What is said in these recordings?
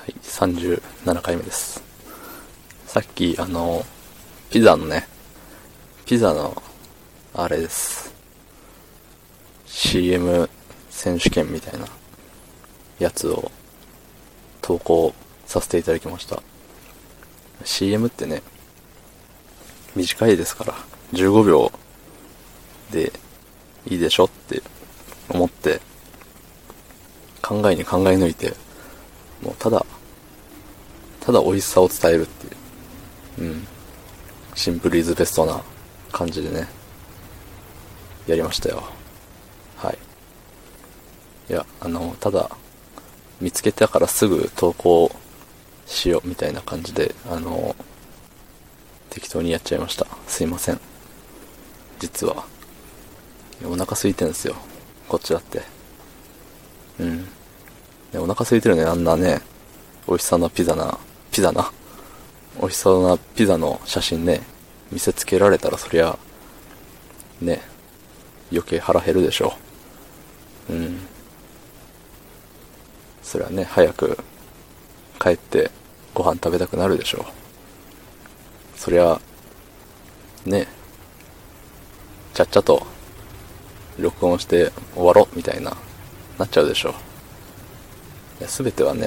はい、37回目です。さっき、ピザの、あれです。CM 選手権みたいなやつを投稿させていただきました。CM ってね、短いですから、15秒でいいでしょって思って、考え抜いて、もうただ美味しさを伝えるっていう、シンプルイズベストな感じでね、やりましたよ。はい。いや、ただ、見つけたからすぐ投稿しようみたいな感じで、適当にやっちゃいました。すいません。実は、お腹空いてるんですよ。こっちだって。でお腹空いてるね、あんなね、美味しそうなピザな。美味しそうなピザの写真ね、見せつけられたらそりゃ、ね、余計腹減るでしょう。それはね、早く帰ってご飯食べたくなるでしょう。そりゃ、ね、ちゃっちゃと録音して終わろみたいな、なっちゃうでしょう。すべてはね、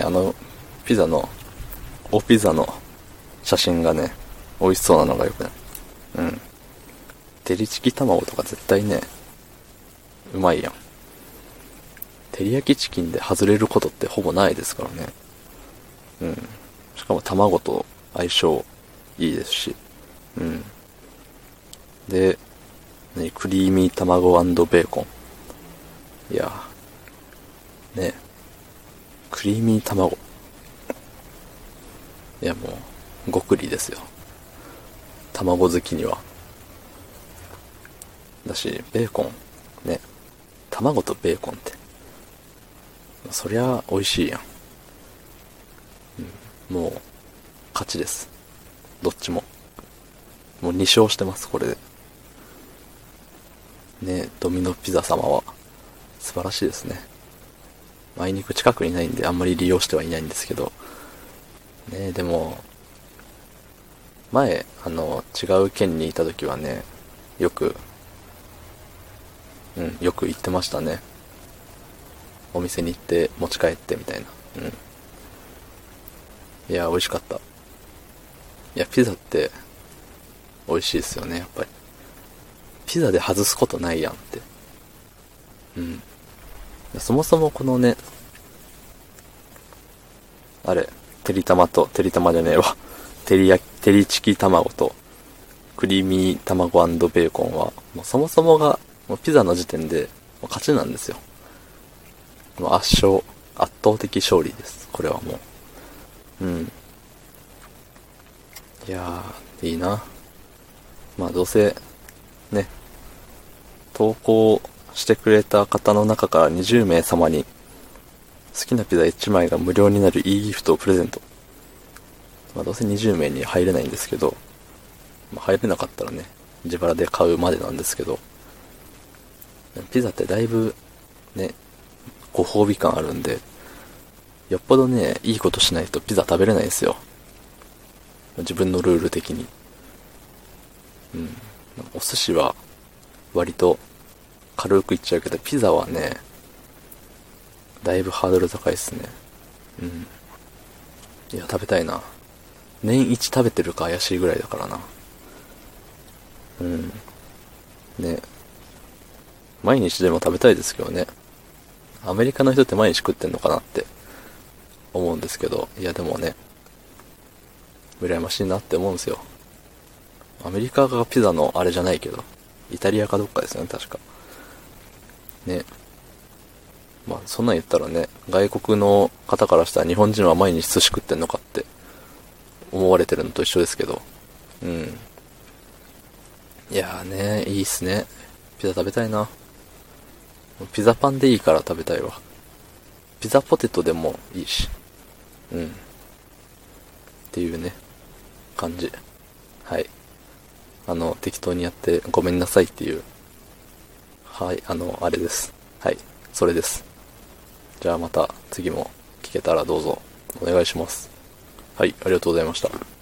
おピザの写真がね、美味しそうなのがよくない。照りチキ卵とか絶対ね、うまいやん。照り焼きチキンで外れることってほぼないですからね。しかも卵と相性いいですし。で、クリーミー卵&ベーコン。いや、ね、クリーミー卵。いやもう、極利ですよ。卵好きには。だし、ベーコン、ね、卵とベーコンって、そりゃ美味しいやん。もう、勝ちです。どっちも。もう2勝してます、これで。ね、ドミノピザ様は、素晴らしいですね。あいにく近くにないんで、あんまり利用してはいないんですけど、ね、でも、前、違う県にいた時はね、よく行ってましたね。お店に行って持ち帰ってみたいな。いや、美味しかった。いや、ピザって美味しいですよね、やっぱり。ピザで外すことないやんって。そもそもこのね、あれ、てりたまじゃねえわ。てりチキ卵と、クリーミー卵&ベーコンは、もうそもそもが、もうピザの時点で、もう勝ちなんですよ。もう圧倒的勝利です。これはもう。いやー、いいな。まあどうせ、ね、投稿してくれた方の中から20名様に、好きなピザ1枚が無料になるいいギフトをプレゼント。まあどうせ20名に入れないんですけど、まあ、入れなかったらね、自腹で買うまでなんですけど、ピザってだいぶ、ね、ご褒美感あるんで、よっぽどね、いいことしないとピザ食べれないんですよ。自分のルール的に。お寿司は割と軽くいっちゃうけど、ピザはね、だいぶハードル高いっすね。いや、食べたいな。年一食べてるか怪しいぐらいだからな。ね。毎日でも食べたいですけどね。アメリカの人って毎日食ってんのかなって思うんですけど、いやでもね、羨ましいなって思うんですよ。アメリカがピザのあれじゃないけど、イタリアかどっかですよね、確か。ね。まあ、そんなん言ったらね、外国の方からしたら日本人は毎日寿司食ってんのかって思われてるのと一緒ですけど。いやーね、いいっすね。ピザ食べたいな。ピザパンでいいから食べたいわ。ピザポテトでもいいし。っていうね、感じ。はい。適当にやってごめんなさいっていう。はい、あれです。はい、それです。じゃあまた次も聞けたらどうぞ。 お願いします。はい、ありがとうございました。